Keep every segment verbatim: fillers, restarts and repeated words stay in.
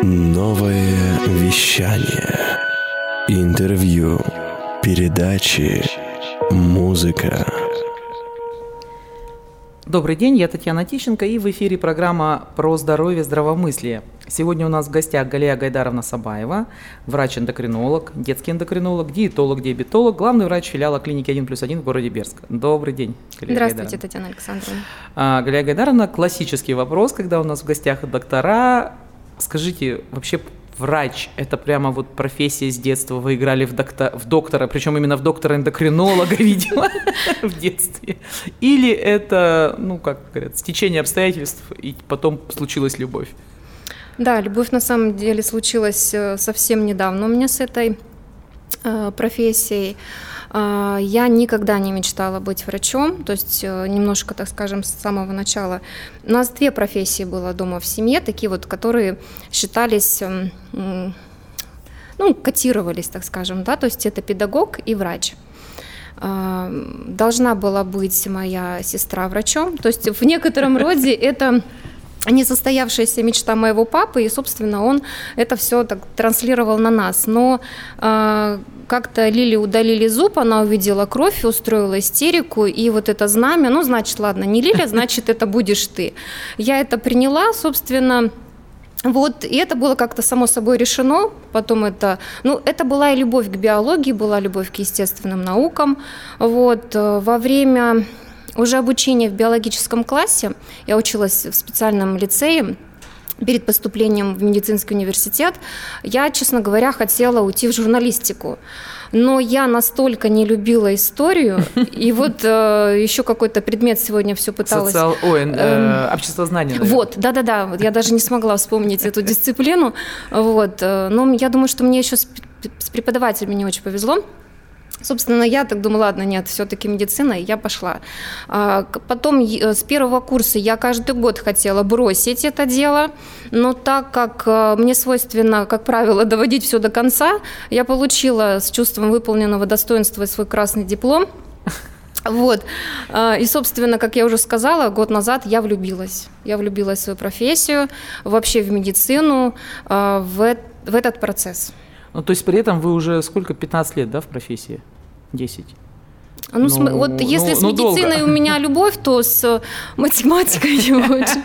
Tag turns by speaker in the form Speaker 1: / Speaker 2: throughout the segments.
Speaker 1: Новое вещание. Интервью. Передачи. Музыка.
Speaker 2: Добрый день, я Татьяна Тищенко, и в эфире программа про здоровье, здравомыслие. Сегодня у нас в гостях Галия Гайдаровна Сабаева, врач-эндокринолог, детский эндокринолог, диетолог, диабетолог, главный врач филиала клиники один плюс один в городе Бердск. Добрый день, Галия
Speaker 3: Здравствуйте,
Speaker 2: Гайдаровна.
Speaker 3: Татьяна Александровна.
Speaker 2: А, Галия Гайдаровна, классический вопрос, когда у нас в гостях доктора. Скажите, вообще врач – это прямо вот профессия с детства? Вы играли в, доктор, в доктора, причем именно в доктора-эндокринолога, видимо, в детстве? Или это, ну, как говорят, стечение обстоятельств, и потом случилась любовь?
Speaker 3: Да, любовь на самом деле случилась совсем недавно у меня с этой э, профессией. Э, я никогда не мечтала быть врачом, то есть э, немножко, так скажем, с самого начала. У нас две профессии было дома в семье, такие вот, которые считались, э, э, ну, котировались, так скажем, да, то есть это педагог и врач. Э, должна была быть моя сестра врачом, то есть в некотором роде это несостоявшаяся мечта моего папы, и, собственно, он это все так транслировал на нас. Но э, как-то Лиле удалили зуб, она увидела кровь, устроила истерику, и вот это знамя, ну, значит, ладно, не Лиля, значит, это будешь ты. Я это приняла, собственно. Вот, и это было как-то само собой решено. Потом это, ну, это была и любовь к биологии, была любовь к естественным наукам. Вот, во время уже обучения в биологическом классе, я училась в специальном лицее, перед поступлением в медицинский университет, я, честно говоря, хотела уйти в журналистику. Но я настолько не любила историю, и вот э, еще какой-то предмет сегодня все пыталась...
Speaker 2: Социал... Ой, э, общество знания, наверное.
Speaker 3: Вот, да-да-да, вот я даже не смогла вспомнить эту дисциплину, вот, но я думаю, что мне еще с преподавателями не очень повезло. Собственно, я так думала, ладно, нет, все-таки медицина, и я пошла. Потом с первого курса я каждый год хотела бросить это дело, но так как мне свойственно, как правило, доводить все до конца, я получила с чувством выполненного достоинства свой красный диплом. Вот. И, собственно, как я уже сказала, год назад я влюбилась. Я влюбилась в свою профессию, вообще в медицину, в этот процесс.
Speaker 2: Ну, то есть при этом вы уже сколько, пятнадцать лет, да, в профессии? десять?
Speaker 3: Ну, ну вот если ну, с медициной ну, у меня любовь, то с математикой не очень.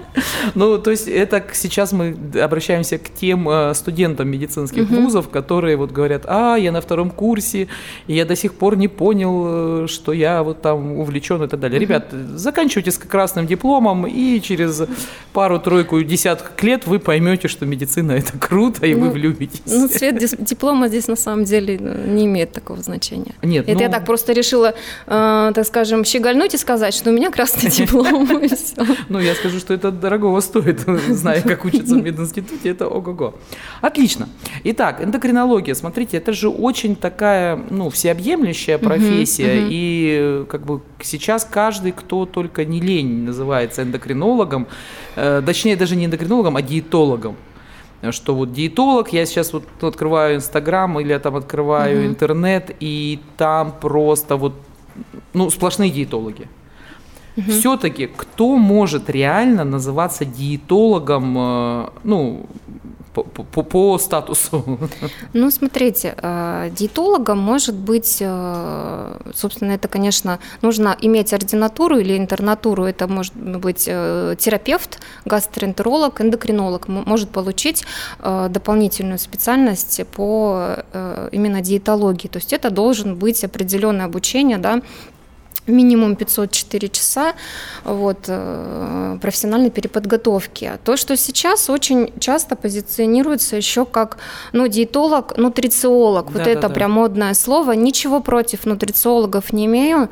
Speaker 2: Ну, то есть это сейчас мы обращаемся к тем студентам медицинских вузов, которые вот говорят, а, я на втором курсе, и я до сих пор не понял, что я вот там увлечен и так далее. Ребят, заканчивайте с красным дипломом, и через пару-тройку десяток лет вы поймете, что медицина – это круто, и вы влюбитесь.
Speaker 3: Ну, цвет диплома здесь на самом деле не имеет такого значения.
Speaker 2: Нет,
Speaker 3: это я так просто решила, э, так скажем, щегольнуть и сказать, что у меня красный диплом.
Speaker 2: Ну, я скажу, что это дорогого стоит, зная, как учатся в мединституте, это ого-го. Отлично. Итак, эндокринология, смотрите, это же очень такая, ну, всеобъемлющая профессия, и как бы сейчас каждый, кто только не лень, называется эндокринологом, э, точнее, даже не эндокринологом, а диетологом. Что вот диетолог, я сейчас вот открываю Инстаграм или я там открываю uh-huh. интернет, и там просто вот, ну, сплошные диетологи. Uh-huh. Все-таки кто может реально называться диетологом, ну, по, по, по статусу?
Speaker 3: Ну, смотрите, диетологом может быть, собственно, это, конечно, нужно иметь ординатуру или интернатуру, это может быть терапевт, гастроэнтеролог, эндокринолог, может получить дополнительную специальность по именно диетологии, то есть это должен быть определенное обучение, да, минимум пятьсот четыре часа вот, профессиональной переподготовки. То, что сейчас очень часто позиционируется еще как ну, диетолог, нутрициолог. Да, вот да, это да. прям модное слово. Ничего против нутрициологов не имею.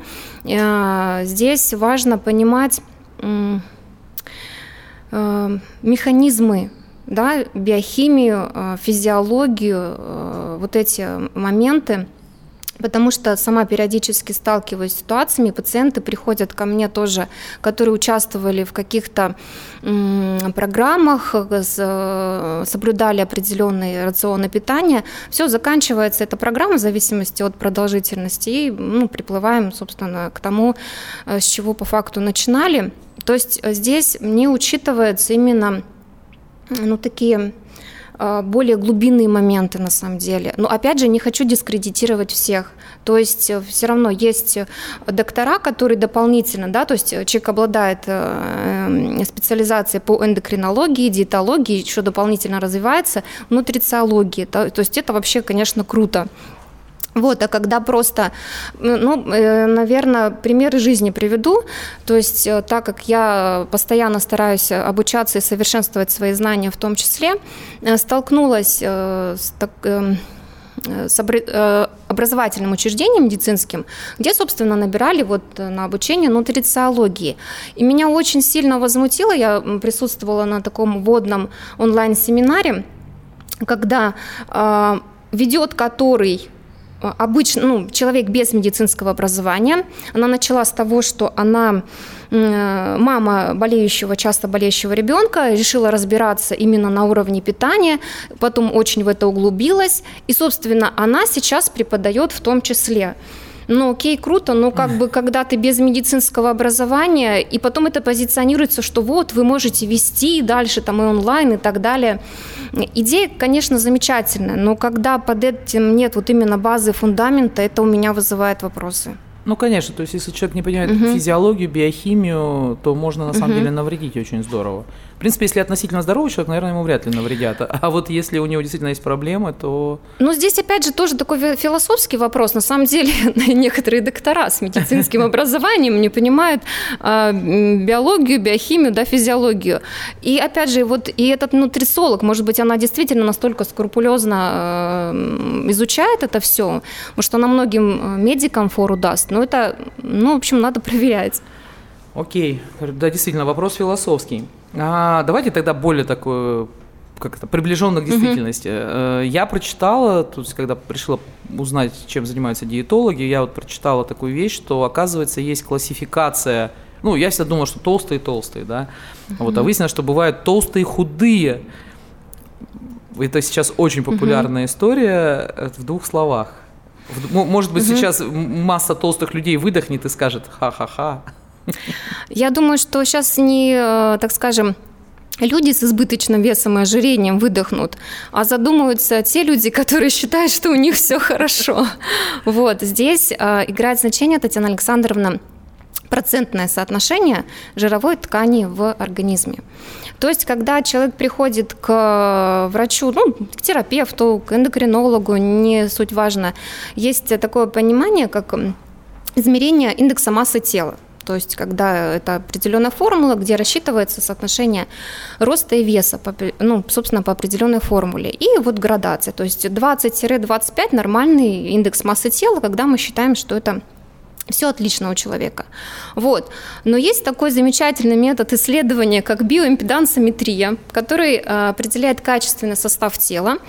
Speaker 3: Здесь важно понимать механизмы, да, биохимию, физиологию, вот эти моменты. Потому что сама периодически сталкиваюсь с ситуациями, пациенты приходят ко мне тоже, которые участвовали в каких-то м, программах, соблюдали определенные рационы питания. Все, заканчивается эта программа в зависимости от продолжительности, и ну, приплываем, собственно, к тому, с чего по факту начинали. То есть здесь не учитываются именно ну, такие более глубинные моменты на самом деле. Но опять же, не хочу дискредитировать всех. То есть все равно есть доктора, которые дополнительно, да, то есть человек обладает специализацией по эндокринологии, диетологии, еще дополнительно развивается в нутрициологии. То есть это вообще, конечно, круто. Вот, а когда просто, ну, наверное, примеры жизни приведу, то есть так как я постоянно стараюсь обучаться и совершенствовать свои знания в том числе, столкнулась с, так, с образовательным учреждением медицинским, где, собственно, набирали вот на обучение нутрициологии. И меня очень сильно возмутило, я присутствовала на таком вводном онлайн-семинаре, когда ведет который обычно, ну, человек без медицинского образования. Она начала с того, что она мама болеющего, часто болеющего ребенка, решила разбираться именно на уровне питания, потом очень в это углубилась, и, собственно, она сейчас преподает в том числе. Ну, окей, круто, но как бы когда ты без медицинского образования, и потом это позиционируется, что вот, вы можете вести дальше там и онлайн и так далее. Идея, конечно, замечательная, но когда под этим нет вот именно базы, фундамента, это у меня вызывает вопросы.
Speaker 2: Ну, конечно, то есть если человек не понимает
Speaker 3: Мгм.
Speaker 2: физиологию, биохимию, то можно на самом
Speaker 3: Мгм.
Speaker 2: деле навредить очень здорово. В принципе, если относительно здоровый человек, наверное, ему вряд ли навредят. А вот если у него действительно есть проблемы, то...
Speaker 3: Ну, здесь, опять же, тоже такой фи- философский вопрос. На самом деле, некоторые доктора с медицинским образованием не понимают а, м, биологию, биохимию, да, физиологию. И, опять же, вот и этот нутрициолог, может быть, она действительно настолько скрупулезно а, м, изучает это все, может, она многим а, медикам фору даст. Но это, ну, в общем, надо проверять.
Speaker 2: Окей, да, действительно, вопрос философский. А, давайте тогда более такой, как это, приближенно к действительности. Э, Я прочитала, то есть, когда решила узнать, чем занимаются диетологи, я вот прочитала такую вещь, что, оказывается, есть классификация. Ну, я всегда думала, что толстые-толстые, да. Вот, а выяснилось, что бывают толстые-худые. Это сейчас очень популярная история э, в двух словах. В- м- Может быть, сейчас м- масса толстых людей выдохнет и скажет «ха-ха-ха».
Speaker 3: Я думаю, что сейчас не, э, так скажем, люди с избыточным весом и ожирением выдохнут, а задумаются те люди, которые считают, что у них все хорошо. Вот здесь э, играет значение, Татьяна Александровна, процентное соотношение жировой ткани в организме. То есть, когда человек приходит к врачу, ну, к терапевту, к эндокринологу, не суть важно, есть такое понимание, как измерение индекса массы тела. То есть, когда это определенная формула, где рассчитывается соотношение роста и веса, по, ну, собственно, по определенной формуле. И вот градация. То есть двадцать - двадцать пять нормальный индекс массы тела, когда мы считаем, что это все отлично у человека. Вот. Но есть такой замечательный метод исследования, как биоимпедансометрия, который э, определяет качественный состав тела.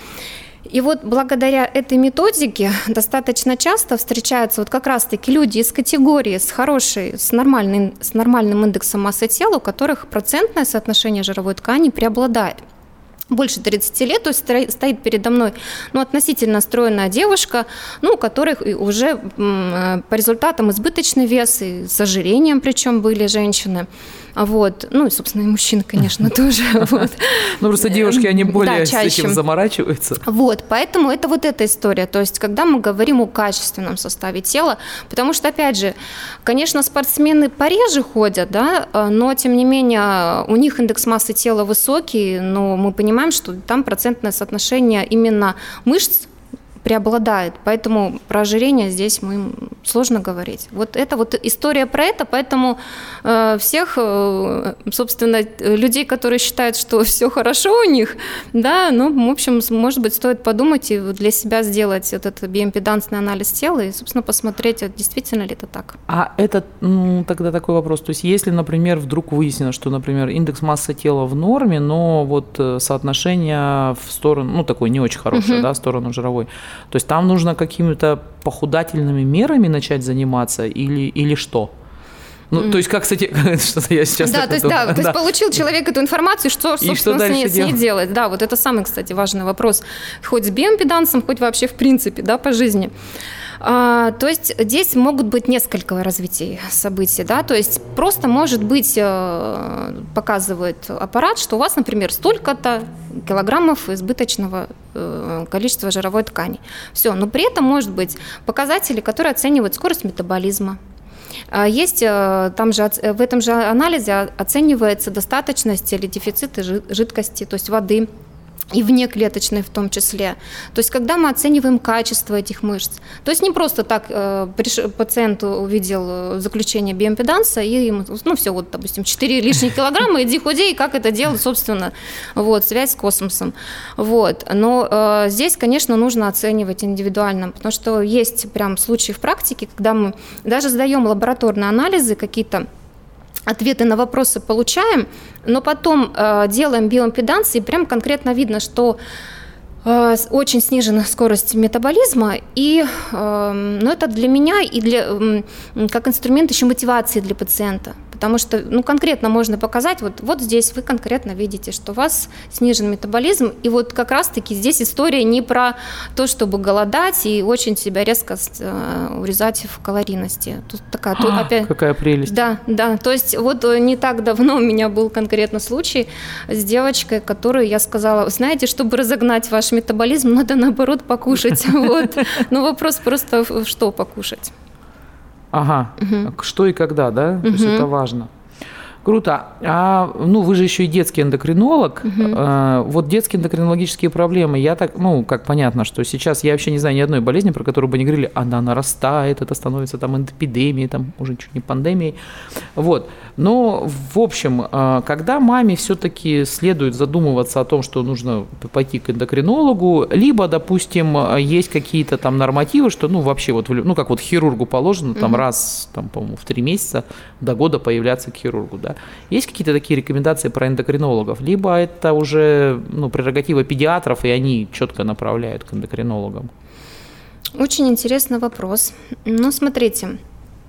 Speaker 3: И вот благодаря этой методике достаточно часто встречаются вот как раз-таки люди из категории с хорошей, с, нормальным, с нормальным индексом массы тела, у которых процентное соотношение жировой ткани преобладает. Больше тридцати лет, то есть стоит передо мной, ну, относительно стройная девушка, ну, у которых уже м, по результатам избыточный вес, и с ожирением причем были женщины. Вот. Ну и, собственно, и мужчины, конечно, тоже. Вот.
Speaker 2: Ну, просто девушки, они более
Speaker 3: Да,
Speaker 2: с
Speaker 3: чаще.
Speaker 2: этим заморачиваются.
Speaker 3: Вот, поэтому это вот эта история. То есть, когда мы говорим о качественном составе тела, потому что, опять же, конечно, спортсмены пореже ходят, да, но, тем не менее, у них индекс массы тела высокий, но мы понимаем, что там процентное соотношение именно мышц преобладает, поэтому про ожирение здесь мы сложно говорить. Вот это вот история про это, поэтому э, всех, э, собственно, людей, которые считают, что все хорошо у них, да, ну, в общем, может быть, стоит подумать и для себя сделать этот биоимпедансный анализ тела и, собственно, посмотреть, действительно ли это так.
Speaker 2: А это, ну, тогда такой вопрос, то есть если, например, вдруг выяснилось, что, например, индекс массы тела в норме, но вот э, соотношение в сторону, ну, такой не очень хорошее,
Speaker 3: Мгм.
Speaker 2: да, в сторону жировой, то есть там нужно какими-то похудательными мерами начать заниматься или, или что? Ну,
Speaker 3: Мгм.
Speaker 2: то есть как, кстати, что-то я сейчас
Speaker 3: Да,
Speaker 2: так
Speaker 3: то есть,
Speaker 2: думаю.
Speaker 3: да, то есть получил человек эту информацию, что,
Speaker 2: И
Speaker 3: собственно,
Speaker 2: что
Speaker 3: с ней,
Speaker 2: дальше
Speaker 3: с ней
Speaker 2: делать?
Speaker 3: делать. Да, вот это самый, кстати, важный вопрос. Хоть с биоимпедансом, хоть вообще в принципе, да, по жизни. А, то есть здесь могут быть несколько развитий событий, да, то есть просто может быть, показывает аппарат, что у вас, например, столько-то килограммов избыточного количества жировой ткани. Все, но при этом может быть показатели, которые оценивают скорость метаболизма. Есть там же, в этом же анализе оценивается достаточность или дефицит жидкости, то есть воды, и внеклеточной в том числе. То есть когда мы оцениваем качество этих мышц, то есть не просто так э, пациент увидел заключение биоимпеданса и ему, ну все, вот, допустим, четыре лишних килограмма, иди худей, как это делать, собственно, вот, связь с космосом. Вот. Но э, здесь, конечно, нужно оценивать индивидуально, потому что есть прям случаи в практике, когда мы даже сдаем лабораторные анализы, какие-то ответы на вопросы получаем, но потом э, делаем биоимпеданс, и прям конкретно видно, что э, очень снижена скорость метаболизма, и э, ну, это для меня и для, э, как инструмент еще мотивации для пациента. Потому что ну, конкретно можно показать, вот, вот здесь вы конкретно видите, что у вас снижен метаболизм, и вот как раз-таки здесь история не про то, чтобы голодать и очень себя резко э, урезать в калорийности. Тут такая, тут
Speaker 2: а,
Speaker 3: опять...
Speaker 2: Какая прелесть.
Speaker 3: Да, да, то есть вот не так давно у меня был конкретно случай с девочкой, которую я сказала, знаете, чтобы разогнать ваш метаболизм, надо наоборот покушать. Но вопрос просто, что покушать.
Speaker 2: Ага, угу. Что и когда, да?
Speaker 3: Угу.
Speaker 2: То есть это важно. Круто. А ну вы же еще и детский эндокринолог. Угу. А, вот детские эндокринологические проблемы, я так, ну, как понятно, что сейчас я вообще не знаю ни одной болезни, про которую бы не говорили, она нарастает, это становится там эпидемией, там уже чуть не пандемией. Вот. Но, в общем, когда маме все-таки следует задумываться о том, что нужно пойти к эндокринологу, либо, допустим, есть какие-то там нормативы, что, ну, вообще, вот, ну, как вот хирургу положено, там, угу. раз, там, по-моему, в три месяца до года появляться к хирургу, да. Есть какие-то такие рекомендации про эндокринологов? Либо это уже ну, прерогатива педиатров, и они четко направляют к эндокринологам?
Speaker 3: Очень интересный вопрос. Ну, смотрите,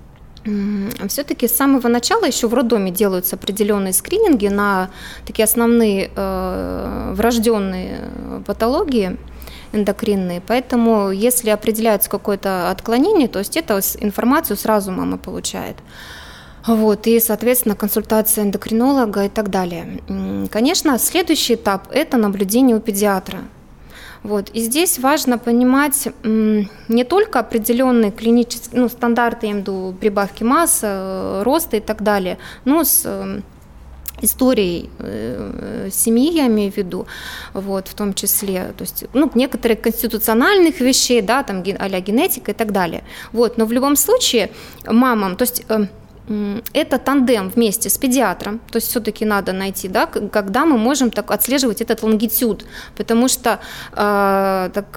Speaker 3: все-таки с самого начала еще в роддоме делаются определенные скрининги на такие основные э, врожденные патологии эндокринные, поэтому если определяется какое-то отклонение, то есть эту информацию сразу мама получает. Вот, и, соответственно, консультация эндокринолога и так далее. Конечно, следующий этап – это наблюдение у педиатра. Вот, и здесь важно понимать не только определенные клинические ну, стандарты, я имею в виду прибавки массы, роста и так далее, но с историей семьи, я имею в виду, вот, в том числе, то есть, ну, некоторых конституциональных вещей, да, там, а-ля генетика и так далее. Вот, но в любом случае мамам, то есть это тандем вместе с педиатром, то есть все-таки надо найти, да, когда мы можем так отслеживать этот лонгитюд, потому что э, так,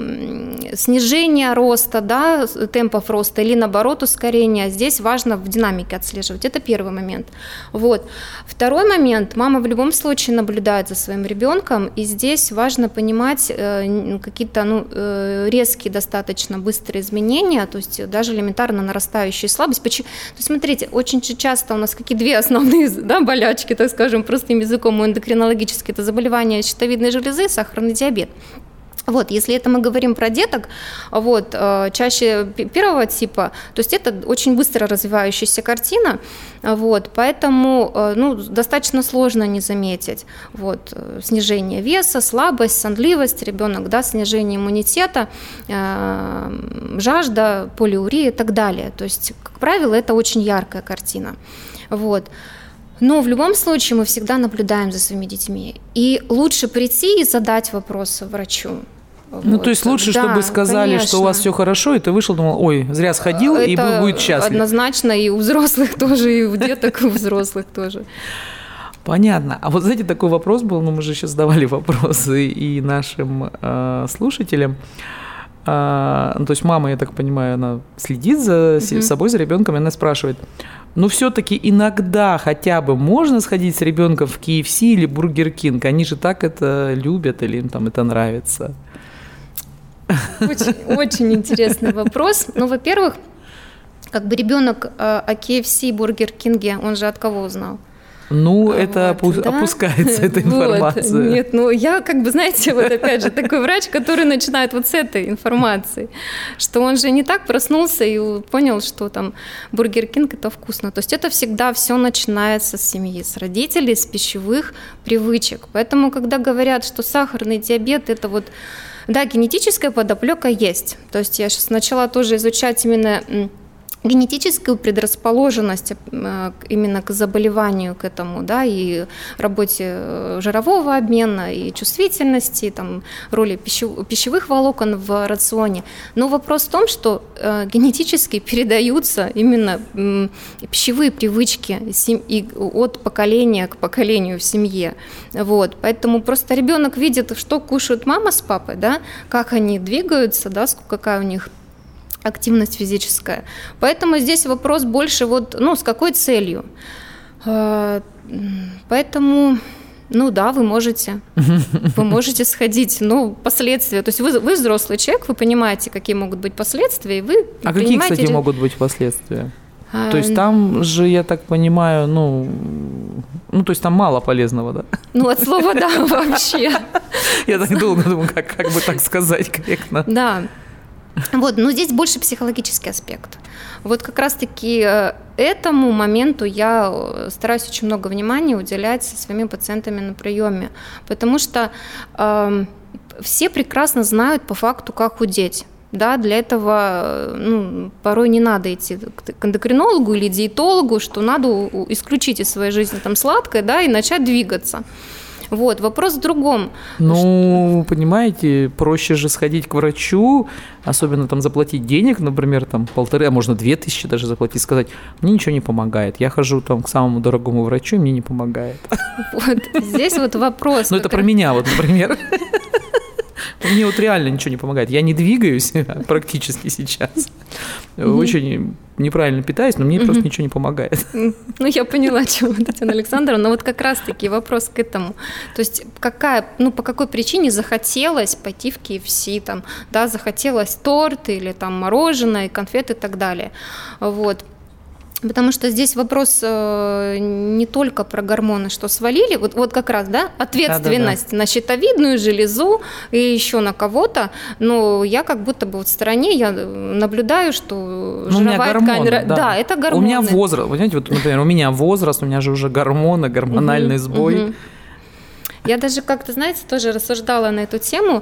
Speaker 3: э, снижение роста, да, темпов роста или наоборот ускорение, здесь важно в динамике отслеживать, это первый момент. Вот. Второй момент, мама в любом случае наблюдает за своим ребенком, и здесь важно понимать э, какие-то ну, э, резкие достаточно быстрые изменения, то есть даже элементарно нарастающая слабость. То есть смотрите, очень часто у нас какие две основные да, болячки, так скажем, простым языком эндокринологические, это заболевания щитовидной железы, сахарный диабет. Вот, если это мы говорим про деток, вот, чаще первого типа, то есть это очень быстро развивающаяся картина, вот, поэтому ну, достаточно сложно не заметить вот, снижение веса, слабость, сонливость, ребенок, да, снижение иммунитета, э, жажда, полиурия и так далее. То есть, как правило, это очень яркая картина. Вот. Но в любом случае мы всегда наблюдаем за своими детьми. И лучше прийти и задать вопросы врачу.
Speaker 2: Ну, вот. То есть лучше, да, чтобы сказали, конечно. Что у вас все хорошо, и ты вышел, думал, ой, зря сходил, это и будет счастлив.
Speaker 3: Однозначно и у взрослых тоже, и у деток, и у взрослых тоже.
Speaker 2: Понятно. А вот, знаете, такой вопрос был, ну, мы же еще задавали вопросы и нашим э, слушателям. Э, ну, то есть мама, я так понимаю, она следит за uh-huh. собой, за ребенком, и она спрашивает, ну, все-таки иногда хотя бы можно сходить с ребенком в кей эф си или Бургер Кинг? Они же так это любят или им там это нравится?
Speaker 3: Очень, очень интересный вопрос. Ну, во-первых, как бы ребенок о кей эф си, Бургер Кинге, он же от кого узнал?
Speaker 2: Ну, это вот, опу- да? опускается, эта информация.
Speaker 3: Вот. Нет, ну я как бы, знаете, вот опять же, такой врач, который начинает вот с этой информации, что он же не так проснулся и понял, что там Бургер Кинг – это вкусно. То есть это всегда все начинается с семьи, с родителей, с пищевых привычек. Поэтому, когда говорят, что сахарный диабет – это вот, да, генетическая подоплека есть. То есть я сейчас начала тоже изучать именно генетическую предрасположенность именно к заболеванию, к этому, да, и работе жирового обмена, и чувствительности, там, роли пищевых волокон в рационе. Но вопрос в том, что генетически передаются именно пищевые привычки от поколения к поколению в семье. Вот. Поэтому просто ребенок видит, что кушают мама с папой, да, как они двигаются, да, какая у них активность физическая. Поэтому здесь вопрос больше вот, ну, с какой целью. Поэтому, ну да, вы можете, вы можете сходить, но последствия, то есть вы, вы взрослый человек, вы понимаете, какие могут быть последствия, и вы
Speaker 2: А какие, кстати, ре... могут быть последствия? А... То есть там же, я так понимаю, ну, ну, то есть там мало полезного, да?
Speaker 3: Ну, от слова «да» вообще.
Speaker 2: Я так долго думаю, как, как бы так сказать корректно.
Speaker 3: Да. Вот, но здесь больше психологический аспект. Вот как раз-таки этому моменту я стараюсь очень много внимания уделять со своими пациентами на приеме, потому что э, все прекрасно знают по факту, как худеть. Да, для этого, ну, порой не надо идти к эндокринологу или диетологу, что надо исключить из своей жизни там сладкое, да, и начать двигаться. Вот, вопрос в другом.
Speaker 2: Ну, что... понимаете, проще же сходить к врачу, особенно там заплатить денег, например, там полторы, а можно две тысячи даже заплатить, сказать, мне ничего не помогает. Я хожу там к самому дорогому врачу, и мне не помогает.
Speaker 3: Вот, здесь вот вопрос.
Speaker 2: Ну, это про меня, вот, например. Мне вот реально ничего не помогает. Я не двигаюсь практически сейчас. Очень неправильно питаюсь, но мне просто ничего не помогает.
Speaker 3: Ну, я поняла, чего, Татьяна Александровна. Но вот как раз-таки вопрос к этому. То есть какая, ну, по какой причине захотелось пойти в кей эф си, там, да, захотелось торт или там мороженое, конфеты и так далее. Вот. Потому что здесь вопрос э, не только про гормоны, что свалили, вот, вот как раз, да, ответственность да, да, да. на щитовидную железу и еще на кого-то, но я как будто бы вот в стороне, я наблюдаю, что
Speaker 2: ну, жировая гормоны,
Speaker 3: ткань...
Speaker 2: Да.
Speaker 3: да, это гормоны.
Speaker 2: У меня возраст, понимаете, вот, например, у меня возраст, у меня же уже гормоны, гормональный сбой.
Speaker 3: Я даже как-то, знаете, тоже рассуждала на эту тему,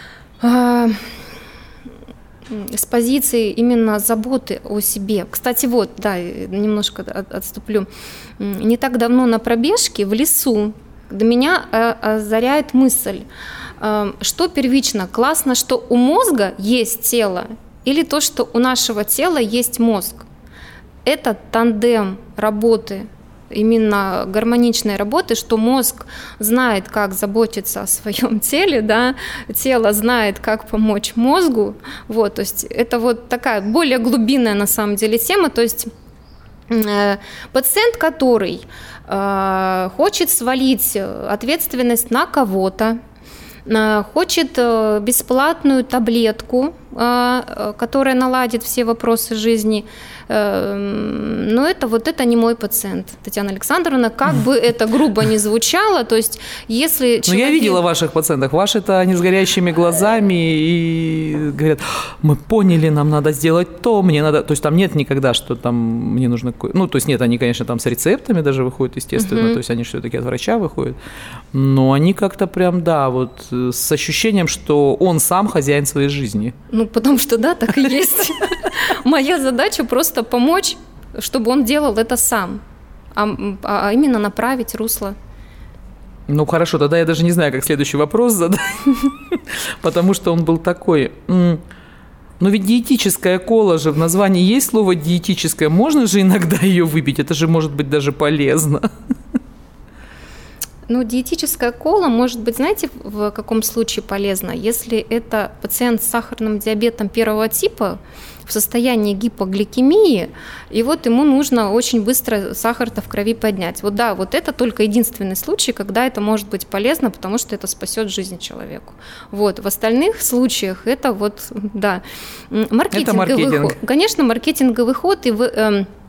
Speaker 3: с позиции именно заботы о себе. Кстати, вот, да, немножко отступлю. Не так давно на пробежке в лесу до меня озаряет мысль, что первично, классно, что у мозга есть тело, или то, что у нашего тела есть мозг. Это тандем работы, именно гармоничной работы, что мозг знает, как заботиться о своем теле, да, тело знает, как помочь мозгу, вот, то есть это вот такая более глубинная на самом деле тема, то есть э, пациент, который э, хочет свалить ответственность на кого-то, э, хочет э, бесплатную таблетку, э, которая наладит все вопросы жизни, но это вот это не мой пациент, Татьяна Александровна, как бы это грубо ни звучало, то есть если человек...
Speaker 2: Ну, я видела ваших пациентов, ваши-то они с горящими глазами и говорят, мы поняли, нам надо сделать то, мне надо, то есть там нет никогда, что там мне нужно, ну, то есть нет, они, конечно, там с рецептами даже выходят, естественно, uh-huh. то есть они все-таки от врача выходят, но они как-то прям, да, вот с ощущением, что он сам хозяин своей жизни.
Speaker 3: Ну, потому что, да, так и есть. Моя задача просто помочь, чтобы он делал это сам, а, а именно направить русло.
Speaker 2: Ну хорошо, тогда я даже не знаю, как следующий вопрос задать, потому что он был такой. Но ведь диетическая кола же, в названии есть слово диетическое, можно же иногда ее выпить, это же может быть даже полезно.
Speaker 3: Ну, диетическая кола может быть, знаете, в каком случае полезна? Если это пациент с сахарным диабетом первого типа, в состоянии гипогликемии, и вот ему нужно очень быстро сахар-то в крови поднять. Вот да, вот это только единственный случай, когда это может быть полезно, потому что это спасет жизнь человеку. Вот. В остальных случаях это вот, да, маркетинговый
Speaker 2: это маркетинг.
Speaker 3: ход. Конечно, маркетинговый ход, и вы... Эм,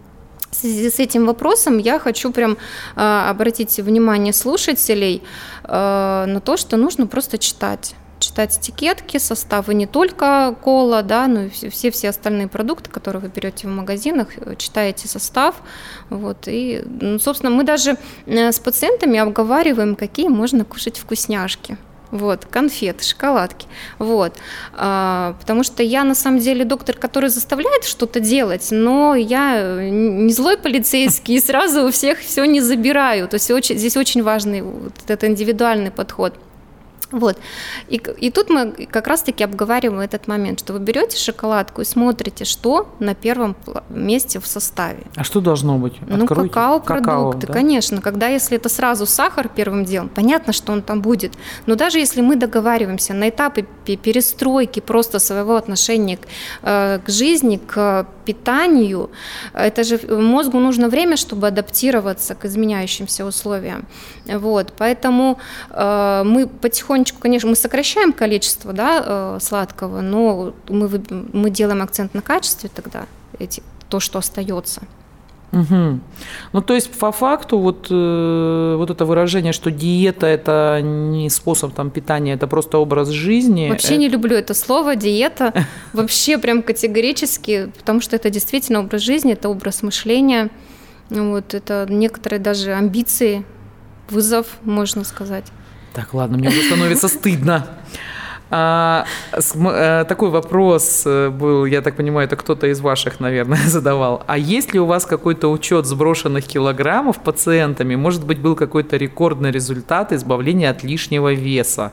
Speaker 3: в связи с этим вопросом я хочу прям э, обратить внимание слушателей э, на то, что нужно просто читать. Читать этикетки, составы не только кола, да, но и все-все остальные продукты, которые вы берете в магазинах, читаете состав. Вот, и, ну, собственно, мы даже с пациентами обговариваем, какие можно кушать вкусняшки. Вот, конфеты, шоколадки. Вот. А, потому что я, на самом деле, доктор, который заставляет что-то делать, но я не злой полицейский и сразу у всех все не забираю. То есть очень, здесь очень важный вот этот индивидуальный подход. Вот. И, и тут мы как раз-таки обговариваем этот момент, что вы берете шоколадку и смотрите, что на первом месте в составе.
Speaker 2: А что должно быть?
Speaker 3: Ну, какао-продукты,
Speaker 2: да?
Speaker 3: Конечно. Когда, если это сразу сахар первым делом, понятно, что он там будет. Но даже если мы договариваемся на этапе перестройки просто своего отношения к, э, к жизни, к питанию, это же мозгу нужно время, чтобы адаптироваться к изменяющимся условиям. Вот. Поэтому э, мы потихоньку конечно, мы сокращаем количество, да, сладкого, но мы, мы делаем акцент на качестве тогда, эти, то, что остается.
Speaker 2: Угу. Ну, то есть, по факту, вот, э, вот это выражение, что диета – это не способ там, питания, это просто образ жизни.
Speaker 3: Вообще не люблю это слово, диета, вообще прям категорически, потому что это действительно образ жизни, это образ мышления, вот, это некоторые даже амбиции, вызов, можно сказать.
Speaker 2: Так, ладно, мне уже становится стыдно. А, с, а, такой вопрос был, я так понимаю, это кто-то из ваших, наверное, задавал. А есть ли у вас какой-то учет сброшенных килограммов пациентами? Может быть, был какой-то рекордный результат избавления от лишнего веса?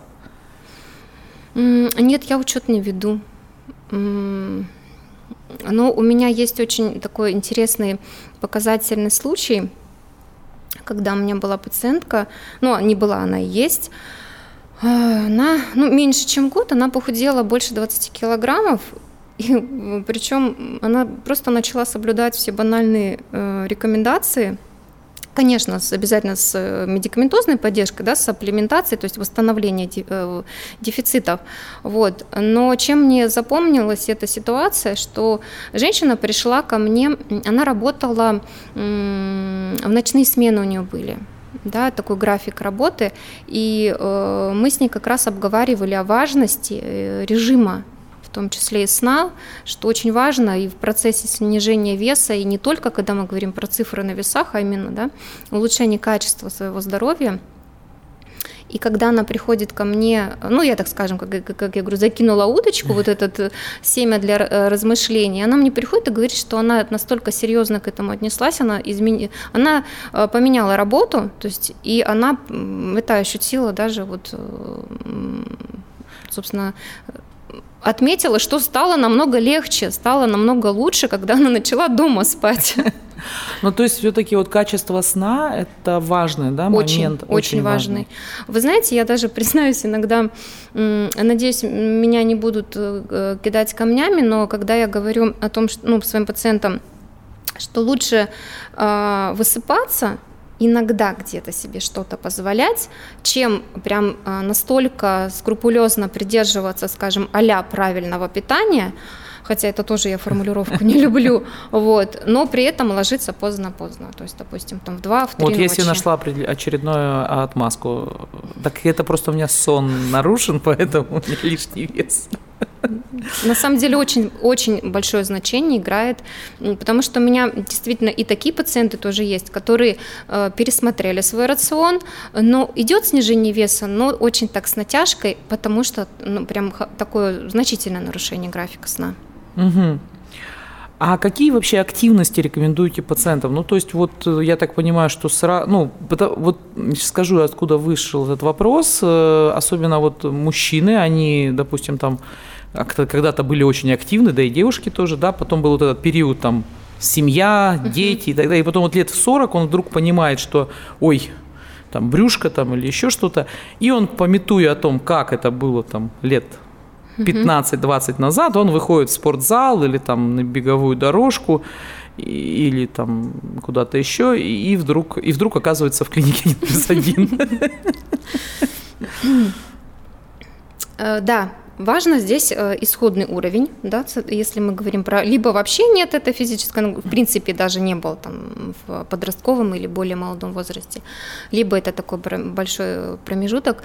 Speaker 3: Нет, я учет не веду. Но у меня есть очень такой интересный показательный случай, когда у меня была пациентка, ну, не была, она и есть, она, ну, меньше чем год, она похудела больше двадцать килограммов, и, причем она просто начала соблюдать все банальные э, рекомендации, конечно, с, обязательно с медикаментозной поддержкой, да, с сапплементацией, то есть восстановление э, дефицитов. Вот. Но чем мне запомнилась эта ситуация, что женщина пришла ко мне, она работала, э, в ночные смены у нее были, да, такой график работы, и э, мы с ней как раз обговаривали о важности э, режима, в том числе и сна, что очень важно и в процессе снижения веса, и не только когда мы говорим про цифры на весах, а именно, да, улучшение качества своего здоровья. И когда она приходит ко мне, ну, я так скажем, как, как, как я говорю, закинула удочку, вот этот семя для размышлений, она мне приходит и говорит, что она настолько серьезно к этому отнеслась, она, измени... она поменяла работу, то есть, и она это ощутила даже вот, собственно, отметила, что стало намного легче, стало намного лучше, когда она начала дома спать.
Speaker 2: Ну, то есть все-таки вот качество сна – это важный, да,
Speaker 3: очень,
Speaker 2: момент?
Speaker 3: Очень, очень важный. важный. Вы знаете, я даже признаюсь иногда, надеюсь, меня не будут кидать камнями, но когда я говорю о том, что, ну, своим пациентам, что лучше э, высыпаться, иногда где-то себе что-то позволять, чем прям настолько скрупулезно придерживаться, скажем, а-ля правильного питания, хотя это тоже я формулировку не люблю, вот, но при этом ложиться поздно-поздно, то есть, допустим, там в два, в три ночи.
Speaker 2: Вот если нашла очередную отмазку, так это просто у меня сон нарушен, поэтому у меня лишний вес.
Speaker 3: На самом деле очень, очень большое значение играет, потому что у меня действительно и такие пациенты тоже есть, которые э, пересмотрели свой рацион, но идет снижение веса, но очень так с натяжкой, потому что ну, прям такое значительное нарушение графика сна.
Speaker 2: Угу. А какие вообще активности рекомендуете пациентам? Ну, то есть, вот я так понимаю, что сразу, ну, вот скажу, откуда вышел этот вопрос, особенно вот мужчины, они, допустим, там когда-то были очень активны, да и девушки тоже, да, потом был вот этот период там семья, дети и так далее, и потом вот лет в сорок он вдруг понимает, что, ой, там брюшко там или еще что-то, и он, памятуя о том, как это было там лет пятнадцать-двадцать назад, он выходит в спортзал или там на беговую дорожку или там куда-то еще, и вдруг, и вдруг оказывается в клинике один плюс один.
Speaker 3: Да, важно здесь исходный уровень, да, если мы говорим про... Либо вообще нет этой физической, в принципе, даже не было там в подростковом или более молодом возрасте, либо это такой большой промежуток,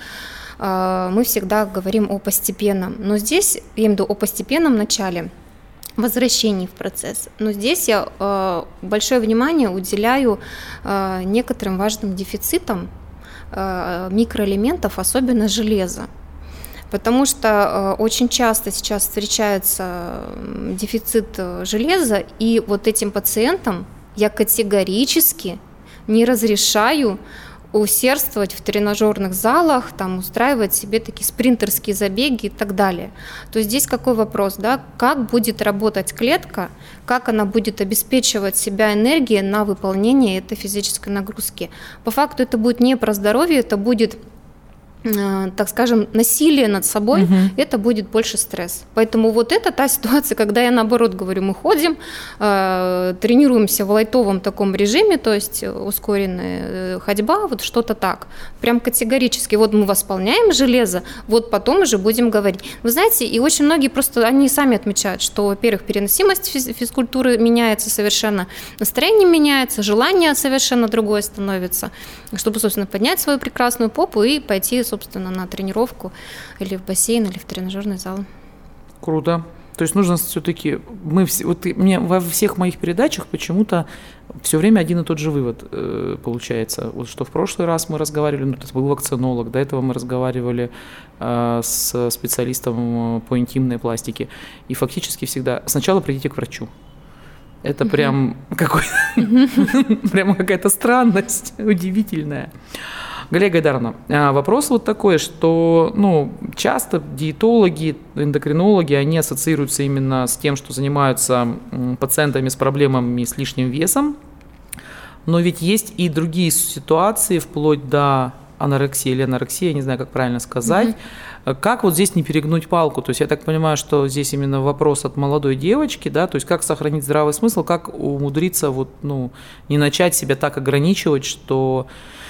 Speaker 3: мы всегда говорим о постепенном. Но здесь, я имею в виду о постепенном начале, возвращении в процесс. Но здесь я э, большое внимание уделяю э, некоторым важным дефицитам э, микроэлементов, особенно железа. Потому что э, очень часто сейчас встречается дефицит железа, и вот этим пациентам я категорически не разрешаю усердствовать в тренажерных залах, там, устраивать себе такие спринтерские забеги и так далее. То есть здесь какой вопрос, да, как будет работать клетка, как она будет обеспечивать себя энергией на выполнение этой физической нагрузки. По факту это будет не про здоровье, это будет, так скажем, насилие над собой, угу. Это будет больше стресс. Поэтому вот это та ситуация, когда я наоборот говорю, мы ходим, э, тренируемся в лайтовом таком режиме, то есть ускоренная ходьба, вот что-то так. Прям категорически. Вот мы восполняем железо, вот потом уже будем говорить. Вы знаете, и очень многие просто, они сами отмечают, что, во-первых, переносимость физкультуры меняется совершенно, настроение меняется, желание совершенно другое становится, чтобы, собственно, поднять свою прекрасную попу и пойти, собственно, на тренировку или в бассейн, или в тренажерный зал.
Speaker 2: Круто. То есть нужно все-таки, мы все, вот мне во всех моих передачах почему-то все время один и тот же вывод э, получается. Вот что в прошлый раз мы разговаривали, ну, это был вакцинолог, до этого мы разговаривали э, с специалистом по интимной пластике, и фактически всегда сначала придите к врачу. Это прям какой-то, прямо какая-то странность удивительная. Галия Гайдаровна, вопрос вот такой, что ну, часто диетологи, эндокринологи, они ассоциируются именно с тем, что занимаются пациентами с проблемами с лишним весом, но ведь есть и другие ситуации, вплоть до анорексии или анорексии, я не знаю, как правильно сказать. Mm-hmm. Как вот здесь не перегнуть палку? То есть я так понимаю, что здесь именно вопрос от молодой девочки, да, то есть как сохранить здравый смысл, как умудриться вот, ну, не начать себя так ограничивать, что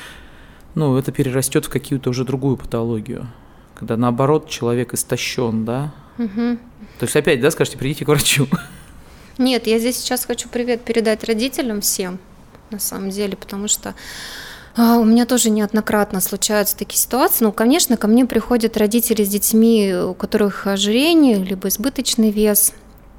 Speaker 2: ну, это перерастет в какую-то уже другую патологию, когда наоборот человек истощен, да? Угу. То есть опять, да, скажете, придите к врачу.
Speaker 3: Нет, я здесь сейчас хочу привет передать родителям всем, на самом деле, потому что а, у меня тоже неоднократно случаются такие ситуации. Ну, конечно, ко мне приходят родители с детьми, у которых ожирение, либо избыточный вес.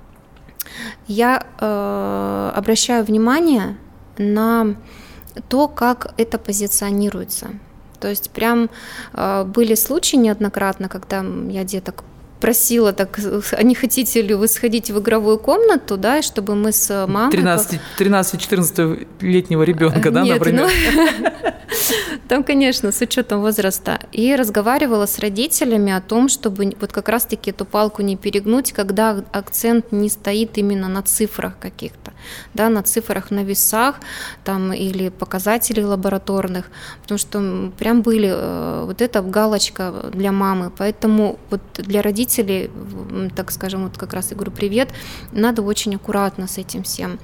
Speaker 3: Я э, обращаю внимание на то, как это позиционируется. То есть прям э, были случаи неоднократно, когда я деток просила, так, а не хотите ли вы сходить в игровую комнату, да, чтобы мы с мамой...
Speaker 2: тринадцати-четырнадцатилетнего ребенка, да,
Speaker 3: Нет,
Speaker 2: например?
Speaker 3: Ну, там, конечно, с учетом возраста. И разговаривала с родителями о том, чтобы вот как раз-таки эту палку не перегнуть, когда акцент не стоит именно на цифрах каких-то, да, на цифрах на весах там, или показателей лабораторных, потому что прям были вот эта галочка для мамы, поэтому вот для родителей, так скажем, вот как раз я говорю привет, надо очень аккуратно с этим всем.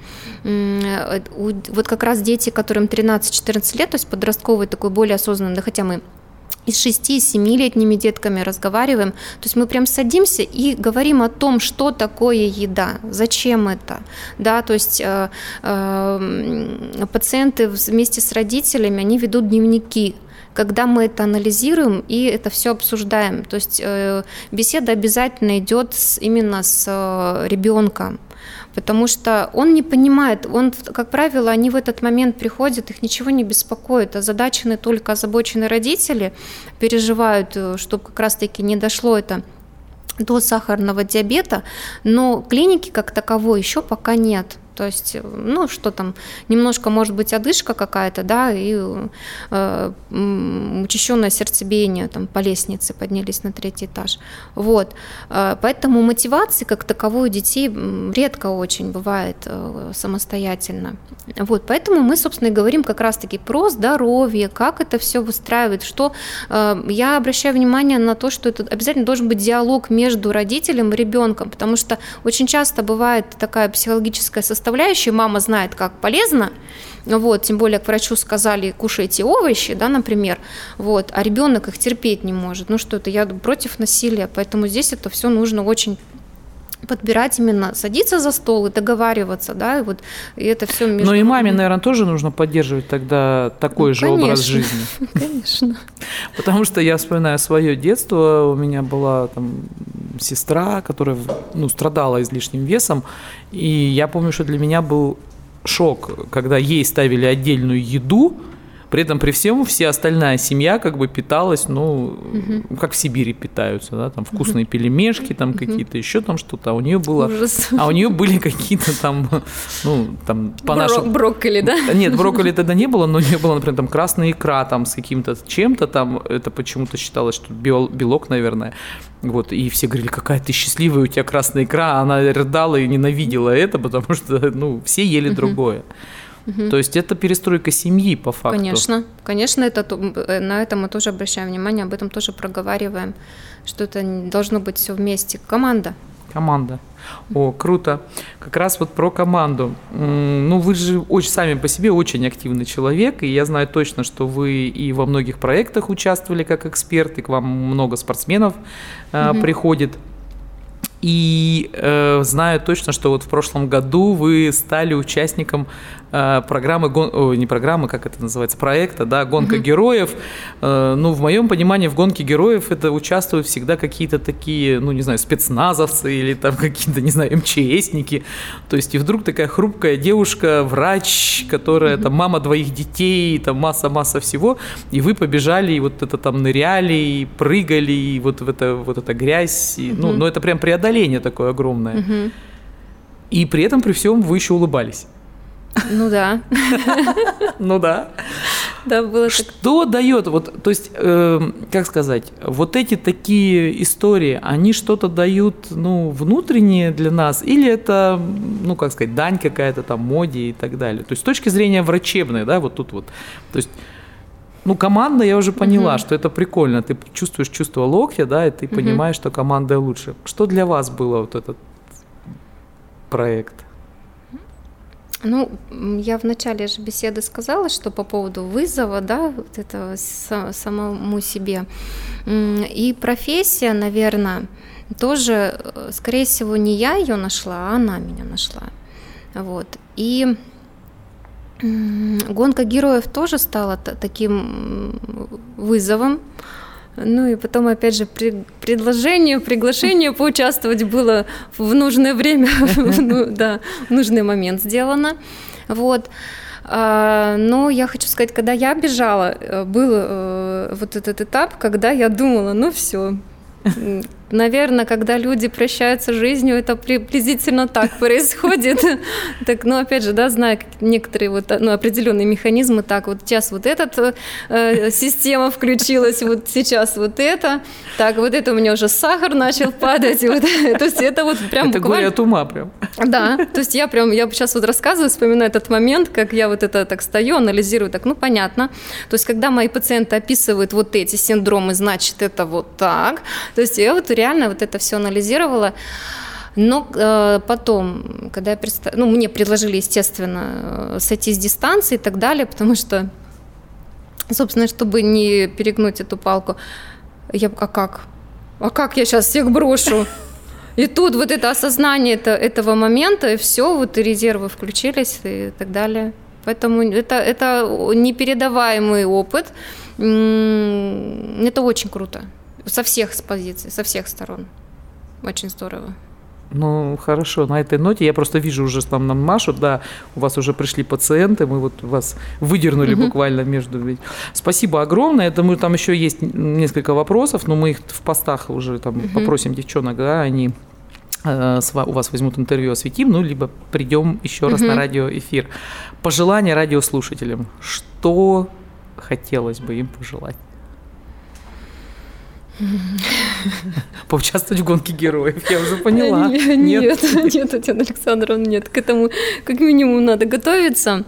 Speaker 3: Вот как раз дети, которым тринадцать-четырнадцать лет, то есть подростковый такой более осознанный, да, хотя мы и с шести-семилетними детками разговариваем, то есть мы прям садимся и говорим о том, что такое еда, зачем это, да, то есть э, э, пациенты вместе с родителями, они ведут дневники, когда мы это анализируем и это все обсуждаем, то есть э, беседа обязательно идет с, именно с э, ребенком, потому что он не понимает, он, как правило, они в этот момент приходят, их ничего не беспокоит, озадачены только озабоченные родители, переживают, чтобы как раз-таки не дошло это до сахарного диабета, но клиники как таковой еще пока нет. То есть, ну, что там, немножко, может быть, одышка какая-то, да, и э, учащенное сердцебиение там по лестнице поднялись на третий этаж. Вот. Поэтому мотивации как таковой у детей редко очень бывает э, самостоятельно. Вот. Поэтому мы, собственно, и говорим как раз-таки про здоровье, как это все выстраивает, что э, я обращаю внимание на то, что это обязательно должен быть диалог между родителем и ребенком, потому что очень часто бывает такая психологическая составляющая, составляющую, мама знает, как полезно, вот, тем более к врачу сказали, кушайте овощи, да, например, вот, а ребенок их терпеть не может. Ну что это, я против насилия, поэтому здесь это все нужно очень подбирать, именно садиться за стол и договариваться, да, и вот и это все между...
Speaker 2: Ну и маме, наверное, тоже нужно поддерживать тогда такой ну, же конечно, образ жизни.
Speaker 3: Конечно.
Speaker 2: Потому что я вспоминаю свое детство, у меня была там сестра, которая ну, страдала излишним весом, и я помню, что для меня был шок, когда ей ставили отдельную еду, при этом при всем вся остальная семья как бы питалась, ну, угу. как в Сибири питаются, да, там вкусные угу. пельмешки, там угу. какие-то еще там что-то, а у нее было, Ужас. а у нее были какие-то там, ну, там по
Speaker 3: Бро-
Speaker 2: нашему...
Speaker 3: Брокколи, да?
Speaker 2: Нет, брокколи тогда не было, но у нее была, например, там красная икра там с каким-то чем-то там, это почему-то считалось, что белок, наверное, вот, и все говорили, какая ты счастливая, у тебя красная икра, а она рыдала и ненавидела это, потому что, ну, все ели угу. другое. Угу. То есть это перестройка семьи по факту.
Speaker 3: Конечно, конечно, это, на это мы тоже обращаем внимание, об этом тоже проговариваем, что это должно быть все вместе. Команда.
Speaker 2: Команда. О, круто. Как раз вот про команду. Ну, вы же очень, сами по себе очень активный человек, и я знаю точно, что вы и во многих проектах участвовали как эксперт, и к вам много спортсменов э, угу. приходит. И э, знаю точно, что вот в прошлом году вы стали участником э, программы, гон... О, не программы, как это называется, проекта, да, «Гонка mm-hmm. героев». Э, ну, в моем понимании, в «Гонке героев» это участвуют всегда какие-то такие, ну, не знаю, спецназовцы или там какие-то, не знаю, эм че эсники. То есть и вдруг такая хрупкая девушка, врач, которая mm-hmm. там мама двоих детей, там масса-масса всего, и вы побежали, и вот это там ныряли, и прыгали, и вот в это, вот эта грязь, и, mm-hmm. ну, ну, это прям преодоление такое огромное. Угу. И при этом, при всем, вы еще улыбались.
Speaker 3: Ну да.
Speaker 2: Ну да.
Speaker 3: Да, было так.
Speaker 2: Что дает, вот, то есть, э, как сказать, вот эти такие истории, они что-то дают, ну, внутреннее для нас, или это, ну, как сказать, дань какая-то там моде и так далее? То есть, с точки зрения врачебной, да, вот тут вот, то есть, ну, команда, я уже поняла, угу. что это прикольно. Ты чувствуешь чувство локтя, да, и ты угу. понимаешь, что команда лучше. Что для вас было вот этот проект?
Speaker 3: Ну, я в начале же беседы сказала, что по поводу вызова, да, вот этого самому себе. И профессия, наверное, тоже, скорее всего, не я ее нашла, а она меня нашла. Вот. И «Гонка героев» тоже стала т- таким вызовом. Ну и потом, опять же, при- предложение, приглашение поучаствовать было в нужное время, ну, да, в нужный момент сделано. Вот. Но я хочу сказать, когда я бежала, был вот этот этап, когда я думала, ну все. Наверное, когда люди прощаются с жизнью, это приблизительно так происходит. Так, ну, опять же, да, зная некоторые вот, ну, определенные механизмы, так, вот сейчас вот эта э, система включилась, вот сейчас вот это, так, вот это у меня уже сахар начал падать, вот, то есть это вот прям
Speaker 2: это
Speaker 3: буквально...
Speaker 2: горе от ума прям.
Speaker 3: Да, то есть я прям, я сейчас вот рассказываю, вспоминаю этот момент, как я вот это так стою, анализирую, так, ну, понятно. То есть когда мои пациенты описывают вот эти синдромы, значит, это вот так. То есть я вот реально вот это все анализировала. Но э, потом, когда я представ... ну, мне предложили, естественно, сойти с дистанции и так далее, потому что, собственно, чтобы не перегнуть эту палку, я, а как? А как я сейчас всех брошу? И тут вот это осознание это, этого момента, и все, вот и резервы включились и так далее. Поэтому это, это непередаваемый опыт. Это очень круто. Со всех позиций, со всех сторон. Очень здорово.
Speaker 2: Ну, хорошо, на этой ноте я просто вижу уже там нам машут, да, у вас уже пришли пациенты, мы вот вас выдернули угу. буквально между... Спасибо огромное, я думаю, там еще есть несколько вопросов, но мы их в постах уже там угу. попросим девчонок, да, они э, у вас возьмут интервью, осветим, ну, либо придем еще угу. раз на радиоэфир. Пожелания радиослушателям, что хотелось бы им пожелать? Поучаствовать в гонке героев, я уже поняла.
Speaker 3: Нет, нет, нет, Татьяна Александровна, нет. К этому как минимум надо готовиться.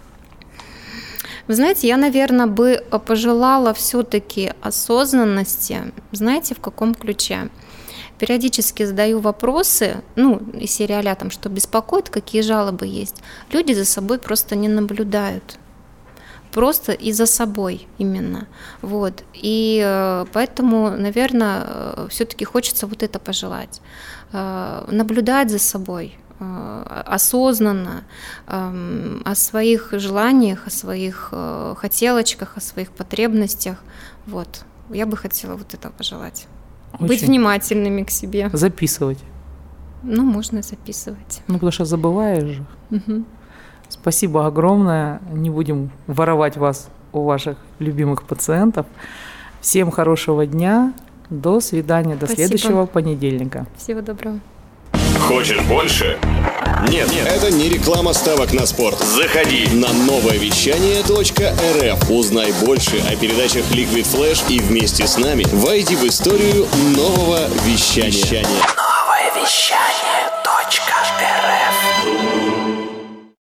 Speaker 3: Вы знаете, я, наверное, бы пожелала все-таки осознанности. Знаете, в каком ключе? периодически задаю вопросы, ну, из серии а-ля там, что беспокоит, какие жалобы есть. Люди за собой просто не наблюдают. Просто и за собой именно. Вот. И э, поэтому, наверное, э, все-таки хочется вот это пожелать. Э, наблюдать за собой э, осознанно, э, о своих желаниях, о своих э, хотелочках, о своих потребностях. Вот. Я бы хотела вот это пожелать. Очень. Быть внимательными к себе.
Speaker 2: Записывать.
Speaker 3: Ну, можно записывать.
Speaker 2: Ну, потому что забываешь же.
Speaker 3: Угу.
Speaker 2: Спасибо огромное. Не будем воровать вас у ваших любимых пациентов. Всем хорошего дня. До свидания. До Спасибо. Следующего понедельника.
Speaker 3: Всего доброго.
Speaker 4: Хочешь больше? Нет, нет, это не реклама ставок на спорт. Заходи на новое вещание точка эр эф. Узнай больше о передачах Liquid Flash и вместе с нами войди в историю нового вещания.
Speaker 1: новое вещание точка эр эф